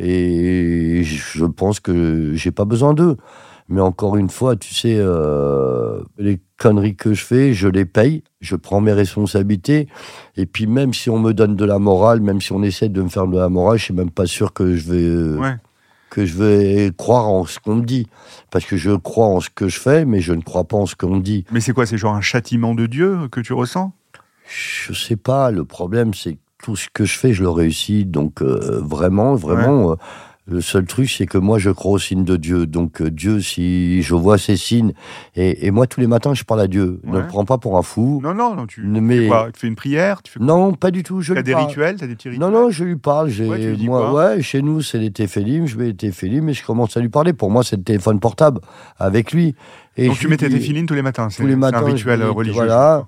et je pense que j'ai pas besoin d'eux. Mais encore une fois, tu sais, euh, les conneries que je fais, je les paye, je prends mes responsabilités, et puis même si on me donne de la morale, même si on essaie de me faire de la morale, je suis même pas sûr que je vais... Ouais. que je vais croire en ce qu'on me dit. Parce que je crois en ce que je fais, mais je ne crois pas en ce qu'on me dit. Mais c'est quoi ? C'est genre un châtiment de Dieu que tu ressens ? Je sais pas. Le problème, c'est que tout ce que je fais, je le réussis. Donc, euh, vraiment, vraiment... Ouais. Euh, le seul truc, c'est que moi, je crois au signe de Dieu. Donc, euh, Dieu, si je vois ces signes... Et, et moi, tous les matins, je parle à Dieu. Ouais. Ne me prends pas pour un fou. Non, non, non. Tu, mais... tu fais quoi ? Tu fais une prière tu fais Non, pas du tout. Je t'as des parle. rituels T'as des petits rituels ? Non, non, je lui parle. J'ai, ouais, tu lui dis moi, quoi ? ouais, chez nous, c'est les téphélimes. Je mets les téphélimes et je commence à lui parler. Pour moi, c'est le téléphone portable avec lui. Et donc, tu mets tes téphilines tous les matins. C'est, tous les matins, c'est un rituel dis, religieux. Voilà.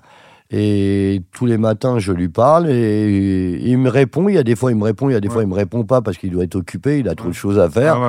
Et tous les matins, je lui parle et il me répond. Il y a des fois, il me répond. Il y a des ouais. fois, il me répond pas parce qu'il doit être occupé. Il a trop ouais. de choses à faire. Ah ouais.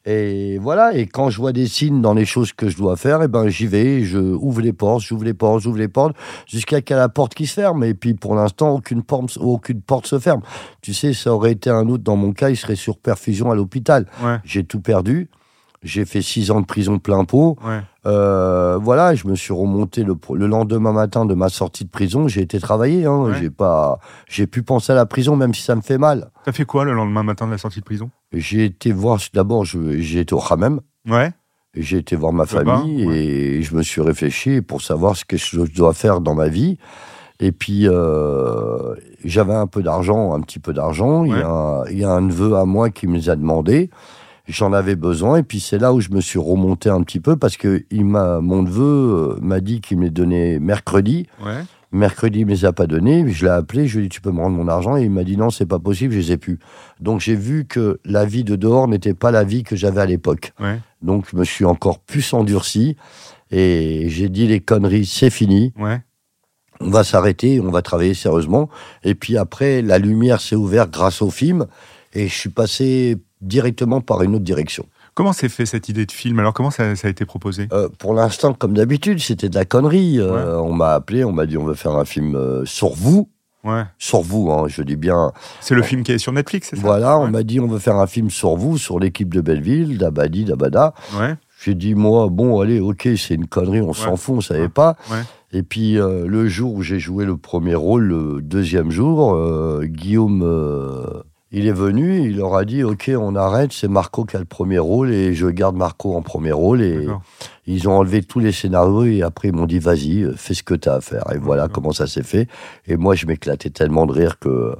Et voilà, et quand je vois des signes dans les choses que je dois faire, et ben j'y vais, je ouvre les portes, j'ouvre les portes, j'ouvre les portes, jusqu'à qu'il y a la porte qui se ferme. Et puis pour l'instant, aucune porte, aucune porte se ferme. Tu sais, ça aurait été un autre dans mon cas, il serait sur perfusion à l'hôpital. Ouais. J'ai tout perdu. J'ai fait six ans de prison plein pot. Ouais. Euh, voilà, je me suis remonté le, le lendemain matin de ma sortie de prison. J'ai été travailler. Hein. Ouais. J'ai pas, j'ai pu penser à la prison, même si ça me fait mal. T'as fait quoi le lendemain matin de la sortie de prison? J'ai été voir. D'abord, je, j'ai été au Hammam. Ouais. Et j'ai été voir ma Le famille bain, ouais. et je me suis réfléchi pour savoir ce que je dois faire dans ma vie. Et puis, euh, j'avais un peu d'argent, un petit peu d'argent. Il Ouais. y a, il y a un neveu à moi qui me les a demandé. J'en avais besoin, et puis c'est là où je me suis remonté un petit peu, parce que il m'a, mon neveu m'a dit qu'il me les donnait mercredi. Ouais. Mercredi, il me les a pas donnés. Je l'ai appelé, je lui ai dit, tu peux me rendre mon argent? Et il m'a dit, non, c'est pas possible, je les ai plus. Donc j'ai vu que la vie de dehors n'était pas la vie que j'avais à l'époque. Ouais. Donc je me suis encore plus endurci, et j'ai dit, les conneries, c'est fini. Ouais. On va s'arrêter, on va travailler sérieusement. Et puis après, la lumière s'est ouverte grâce au film, et je suis passé directement par une autre direction. Comment s'est fait cette idée de film? Alors, comment ça, ça a été proposé? Euh, pour l'instant, comme d'habitude, c'était de la connerie. Euh, Ouais. On m'a appelé, on m'a dit, on veut faire un film euh, sur vous. Ouais. Sur vous, hein, je dis bien. C'est le film qui est sur Netflix, c'est ça? Voilà, on Ouais. m'a dit, on veut faire un film sur vous, sur l'équipe de Belleville, d'Abadi, d'Abada. Ouais. J'ai dit, moi, bon, allez, ok, c'est une connerie, on s'en fout, on savait Ouais. pas. Ouais. Et puis, euh, le jour où j'ai joué le premier rôle, le deuxième jour, euh, Guillaume... euh, il est venu, il leur a dit, ok, on arrête, c'est Marco qui a le premier rôle, et je garde Marco en premier rôle. Et D'accord. ils ont enlevé tous les scénarios, et après ils m'ont dit, vas-y, fais ce que tu as à faire. Et voilà D'accord. comment ça s'est fait. Et moi, je m'éclatais tellement de rire que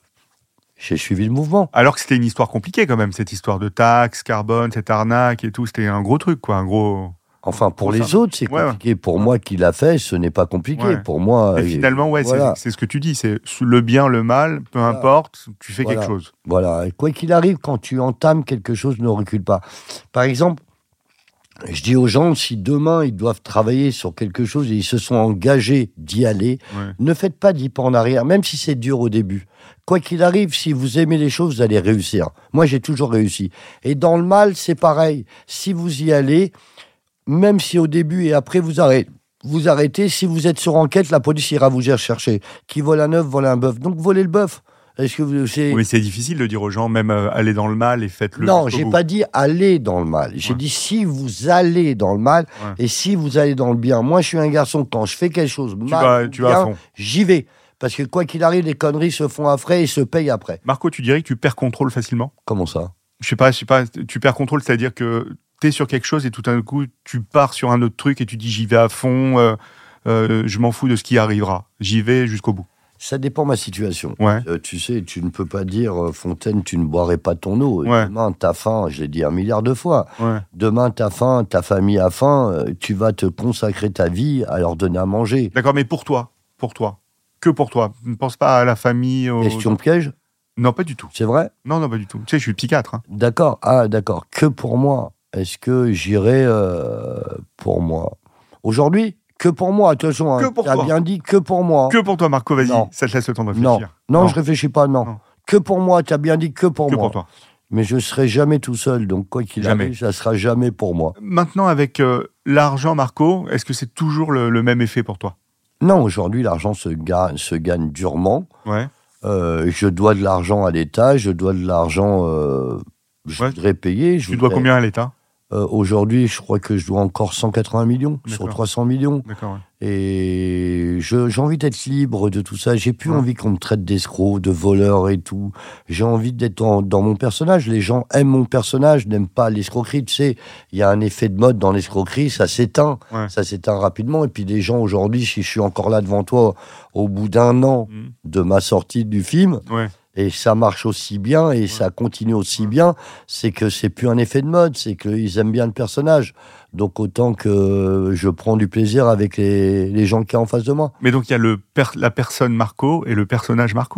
j'ai suivi le mouvement. Alors que c'était une histoire compliquée quand même, cette histoire de taxes, carbone, cette arnaque et tout. C'était un gros truc, quoi. Un gros. Enfin, pour Pour les ça. autres, c'est Ouais, compliqué. Pour moi qui l'a fait, ce n'est pas compliqué. Ouais. Pour moi... Et euh, finalement, ouais, voilà. c'est, c'est ce que tu dis. C'est le bien, le mal, peu Voilà. importe, tu fais Voilà. quelque chose. Voilà, et quoi qu'il arrive, quand tu entames quelque chose, ne recule pas. Par exemple, je dis aux gens, si demain ils doivent travailler sur quelque chose et ils se sont engagés d'y aller, Ouais. ne faites pas dix pas en arrière, même si c'est dur au début. Quoi qu'il arrive, si vous aimez les choses, vous allez réussir. Moi, j'ai toujours réussi. Et dans le mal, c'est pareil. Si vous y allez, même si au début et après vous arrêtez, vous arrêtez, si vous êtes sur enquête, la police ira vous chercher. Qui vole un œuf, vole un bœuf. Donc, volez le bœuf. Est-ce que vous... c'est... Oui, mais c'est difficile de dire aux gens, même euh, aller dans le mal et faites-le. Non, jusqu'au j'ai bout. pas dit aller dans le mal. J'ai Ouais. dit si vous allez dans le mal Ouais. et si vous allez dans le bien. Moi, je suis un garçon, quand je fais quelque chose Tu mal vas, ou tu vas à bien, fond. j'y vais. Parce que quoi qu'il arrive, les conneries se font après et se payent après. Marco, tu dirais que tu perds contrôle facilement? Comment ça? Je sais pas, je sais pas. Tu perds contrôle, c'est-à-dire que t'es sur quelque chose et tout d'un coup, tu pars sur un autre truc et tu dis j'y vais à fond. Euh, euh, je m'en fous de ce qui arrivera. J'y vais jusqu'au bout. Ça dépend de ma situation. Ouais. Euh, tu sais, tu ne peux pas dire, euh, Fontaine, tu ne boirais pas ton eau. Ouais. Demain, t'as faim, je l'ai dit un milliard de fois. Ouais. Demain, t'as faim, ta famille a faim, euh, tu vas te consacrer ta vie à leur donner à manger. D'accord, mais pour toi, pour toi, que pour toi. Ne pense pas à la famille. Aux... Question piège, Non, pas du tout. c'est vrai? Non, non, pas du tout. Tu sais, je suis psychiatre. Hein. D'accord, ah d'accord, que pour moi. Est-ce que j'irai euh, pour moi? Aujourd'hui, que pour moi, attention, Que hein, pour t'as toi. bien dit que pour moi. Que pour toi, Marco, vas-y. Non. Ça te laisse le temps de non. réfléchir. non, Non. je réfléchis pas, non. Non. Que pour moi, tu as bien dit que pour Que moi. pour toi. Mais je serai jamais tout seul, donc quoi qu'il Jamais. arrive, ça sera jamais pour moi. Maintenant, avec euh, l'argent, Marco, est-ce que c'est toujours le, le même effet pour toi? Non, aujourd'hui, l'argent se gagne, se gagne durement. Ouais. Euh, je dois de l'argent à l'État, je dois de l'argent, euh, je Ouais. voudrais payer. Je Tu dois voudrais- combien à l'État? euh, Aujourd'hui, je crois que je dois encore cent quatre-vingts millions sur D'accord. trois cents millions. D'accord, ouais. Et je, j'ai envie d'être libre de tout ça. J'ai plus Ouais. envie qu'on me traite d'escroc, de voleur et tout. J'ai envie d'être dans, dans mon personnage. Les gens aiment mon personnage, n'aiment pas l'escroquerie. Tu sais, il y a un effet de mode dans l'escroquerie, ça s'éteint. Ouais. Ça s'éteint rapidement. Et puis les gens aujourd'hui, si je suis encore là devant toi, au bout d'un an Mhm. de ma sortie du film, Ouais. et ça marche aussi bien et ça continue aussi bien, c'est que c'est plus un effet de mode, c'est qu'ils aiment bien le personnage. Donc autant que je prends du plaisir avec les, les gens qui sont en face de moi. Mais donc, il y a le per- la personne Marco et le personnage Marco, alors.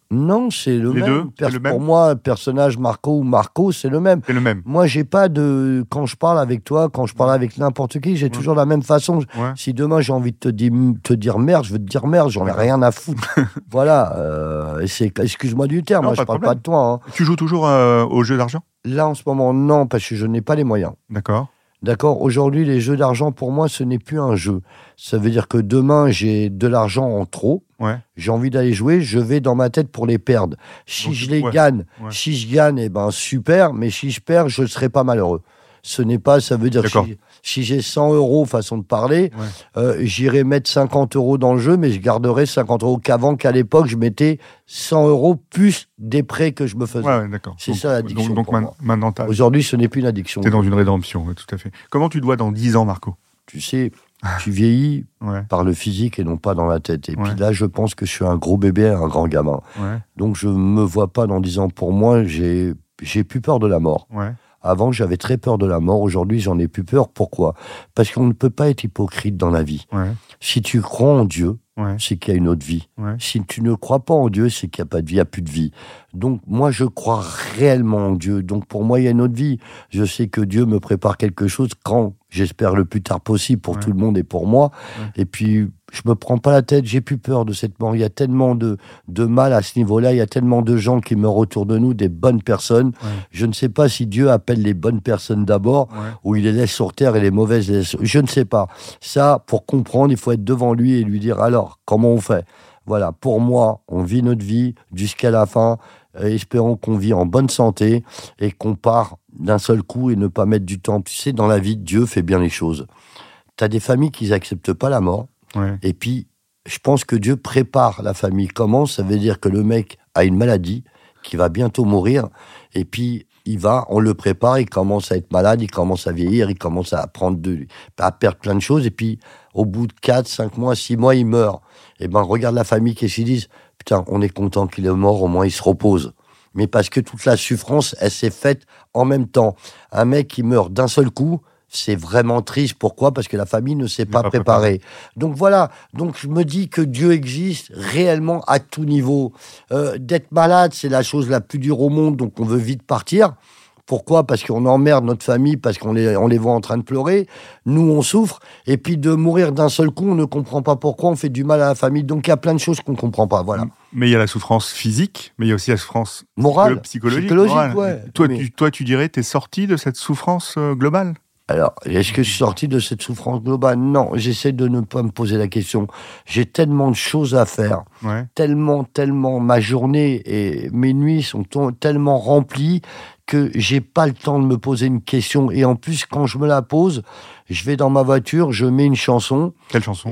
Non, c'est le Les même. deux, Per- c'est le même Pour moi, personnage Marco ou Marco, c'est le même. C'est le même. Moi, j'ai pas de. Quand je parle avec toi, quand je parle avec n'importe qui, j'ai Ouais. toujours la même façon. Ouais. Si demain j'ai envie de te, dire te dire merde, je veux te dire merde, j'en ai D'accord. rien à foutre. Voilà. euh, et c'est, excuse-moi du terme, Non, moi, pas je de parle problème. pas de toi. hein. Tu joues toujours euh, au jeu d'argent? Là, en ce moment, non, parce que je n'ai pas les moyens. D'accord. D'accord. Aujourd'hui, les jeux d'argent, pour moi, ce n'est plus un jeu. Ça veut dire que demain, j'ai de l'argent en trop. Ouais. J'ai envie d'aller jouer, je vais dans ma tête pour les perdre. Si Donc, je les ouais, gagne, ouais. si je gagne, eh ben super, mais si je perds, je ne serai pas malheureux. Ce n'est pas, ça veut dire que D'accord. si, si j'ai cent euros, façon de parler, Ouais. euh, j'irai mettre cinquante euros dans le jeu, mais je garderai cinquante euros qu'avant, qu'à l'époque, je mettais cent euros plus des prêts que je me faisais. Ouais, ouais, d'accord. C'est Donc- ça, l'addiction Donc, donc pour man- moi. maintenant, t'as- Aujourd'hui, ce n'est plus une addiction. t'es dans une rédemption, ouais, tout à fait. Comment tu te vois dans dix ans, Marco? Tu sais, tu vieillis Ouais, par le physique et non pas dans la tête. Et Ouais. puis là, je pense que je suis un gros bébé, un grand gamin. ouais, Donc je me vois pas dans dix ans. Pour moi, j'ai j'ai plus peur de la mort. ouais. Avant, j'avais très peur de la mort. Aujourd'hui, j'en ai plus peur. Pourquoi? Parce qu'on ne peut pas être hypocrite dans la vie. Ouais, Si tu crois en Dieu, ouais, c'est qu'il y a une autre vie. ouais. Si tu ne crois pas en Dieu, c'est qu'il n'y a pas de vie, il n'y a plus de vie. Donc moi, je crois réellement en Dieu. Donc pour moi, il y a une autre vie. Je sais que Dieu me prépare quelque chose quand, j'espère, le plus tard possible pour Ouais. tout le monde et pour moi. Ouais. Et puis, je me prends pas la tête, j'ai plus peur de cette mort. Il y a tellement de, de mal à ce niveau-là, il y a tellement de gens qui meurent autour de nous, des bonnes personnes. Ouais. Je ne sais pas si Dieu appelle les bonnes personnes d'abord, Ouais. ou il les laisse sur terre et les mauvaises les laisse... Je ne sais pas. Ça, pour comprendre, il faut être devant lui et lui dire, alors, comment on fait? Voilà, pour moi, on vit notre vie jusqu'à la fin. Euh, espérons qu'on vit en bonne santé et qu'on part d'un seul coup et ne pas mettre du temps. Tu sais, dans la vie, Dieu fait bien les choses. Tu as des familles qui n'acceptent pas la mort. Ouais. Et puis, je pense que Dieu prépare la famille. Comment? Ça veut dire que le mec a une maladie, qui va bientôt mourir, et puis il va, on le prépare, il commence à être malade, il commence à vieillir, il commence à prendre de, à perdre plein de choses, et puis au bout de quatre, cinq mois, six mois, il meurt. Et ben, regarde la famille, qu'est-ce qu'ils disent? Putain, on est content qu'il est mort, au moins il se repose. Mais parce que toute la souffrance, elle s'est faite en même temps. Un mec qui meurt d'un seul coup, c'est vraiment triste. Pourquoi? Parce que la famille ne s'est pas, pas préparée. Donc voilà. Donc je me dis que Dieu existe réellement à tout niveau. Euh, d'être malade, c'est la chose la plus dure au monde. Donc on veut vite partir. Pourquoi? Parce qu'on emmerde notre famille, parce qu'on les, on les voit en train de pleurer. Nous, on souffre. Et puis de mourir d'un seul coup, on ne comprend pas pourquoi. On fait du mal à la famille. Donc il y a plein de choses qu'on ne comprend pas. Voilà. Mais il y a la souffrance physique, mais il y a aussi la souffrance Morale, psychologique. psychologique, morale. ouais. Toi, Mais- tu, toi, tu dirais, t'es sorti de cette souffrance euh, globale? Alors, est-ce que je suis sorti de cette souffrance globale? Non, j'essaie de ne pas me poser la question. J'ai tellement de choses à faire, Ouais. tellement, tellement, ma journée et mes nuits sont t- tellement remplies que j'ai pas le temps de me poser une question. Et en plus, quand je me la pose, je vais dans ma voiture, je mets une chanson. Quelle chanson?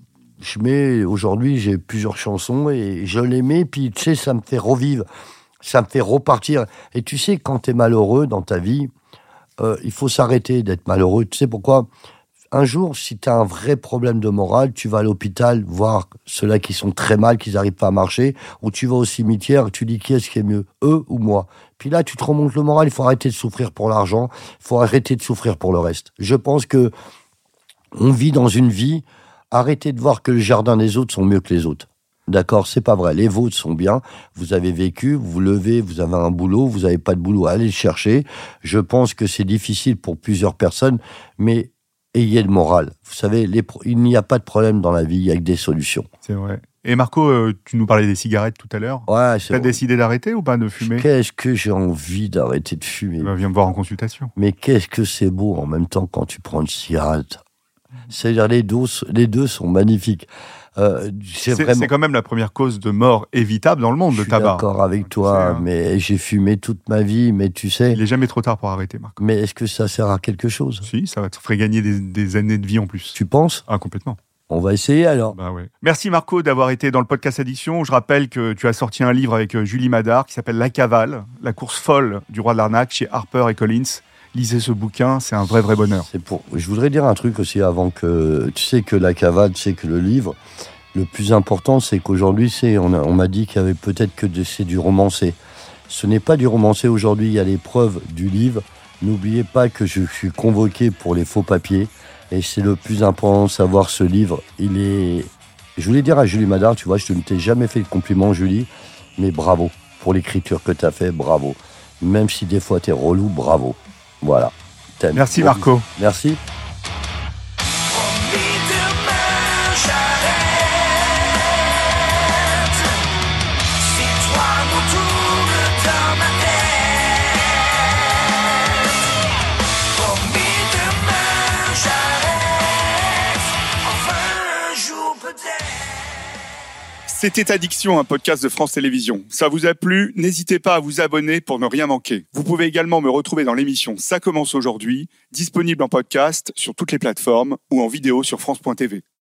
Je mets, aujourd'hui, j'ai plusieurs chansons et je les mets, puis tu sais, ça me fait revivre, ça me fait repartir. Et tu sais, quand t'es malheureux dans ta vie, Euh, il faut s'arrêter d'être malheureux. Tu sais pourquoi? Un jour, si tu as un vrai problème de morale, tu vas à l'hôpital voir ceux-là qui sont très mal, qui n'arrivent pas à marcher, ou tu vas au cimetière, tu dis qui est-ce qui est mieux, eux ou moi. Puis là, tu te remontes le moral, il faut arrêter de souffrir pour l'argent, il faut arrêter de souffrir pour le reste. Je pense que on vit dans une vie, arrêtez de voir que le jardin des autres sont mieux que les autres. D'accord, c'est pas vrai. Les vôtres sont bien. Vous avez vécu, vous vous levez, vous avez un boulot, vous n'avez pas de boulot, allez le chercher. Je pense que c'est difficile pour plusieurs personnes, mais ayez le moral. Vous savez, les pro- il n'y a pas de problème dans la vie, il y a que des solutions. C'est vrai. Et Marco, euh, tu nous parlais des cigarettes tout à l'heure. Ouais, c'est T'as bon. décidé d'arrêter ou pas de fumer? Qu'est-ce que j'ai envie d'arrêter de fumer. Bah, viens me voir en consultation. Mais qu'est-ce que c'est beau en même temps quand tu prends une cigarette. C'est-à-dire les deux, les deux sont magnifiques. Euh, c'est C'est vraiment. c'est quand même la première cause de mort évitable dans le monde, Je le suis tabac. d'accord avec Tu toi, sais, hein. mais j'ai fumé toute ma vie, mais tu sais. Il est jamais trop tard pour arrêter, Marco. Mais est-ce que ça sert à quelque chose? Si, ça va te ferait gagner des, des années de vie en plus. Tu penses? Ah, complètement. On va essayer alors. Bah ouais. Merci Marco d'avoir été dans le podcast Addiction. Je rappelle que tu as sorti un livre avec euh, Julie Madard qui s'appelle La Cavale, la course folle du roi de l'arnaque chez Harper et Collins. Lisez ce bouquin, c'est un vrai vrai bonheur. C'est pour. Je voudrais dire un truc aussi avant que tu sais que la cavale, tu sais que le livre. Le plus important, c'est qu'aujourd'hui, c'est on, a- on m'a dit qu'il y avait peut-être que de- c'est du romancé. Ce n'est pas du romancé aujourd'hui. Il y a les preuves du livre. N'oubliez pas que je suis convoqué pour les faux papiers. Et c'est le plus important de savoir ce livre. Il est. Je voulais dire à Julie Madard, tu vois, je ne t'ai jamais fait de compliment, Julie. Mais bravo. Pour l'écriture que tu as fait, bravo. Même si des fois tu es relou, bravo. Voilà. T'aimes. Merci Marco. Merci. C'était Addiction, un podcast de France Télévisions. Ça vous a plu? N'hésitez pas à vous abonner pour ne rien manquer. Vous pouvez également me retrouver dans l'émission Ça commence aujourd'hui, disponible en podcast sur toutes les plateformes ou en vidéo sur France point T V.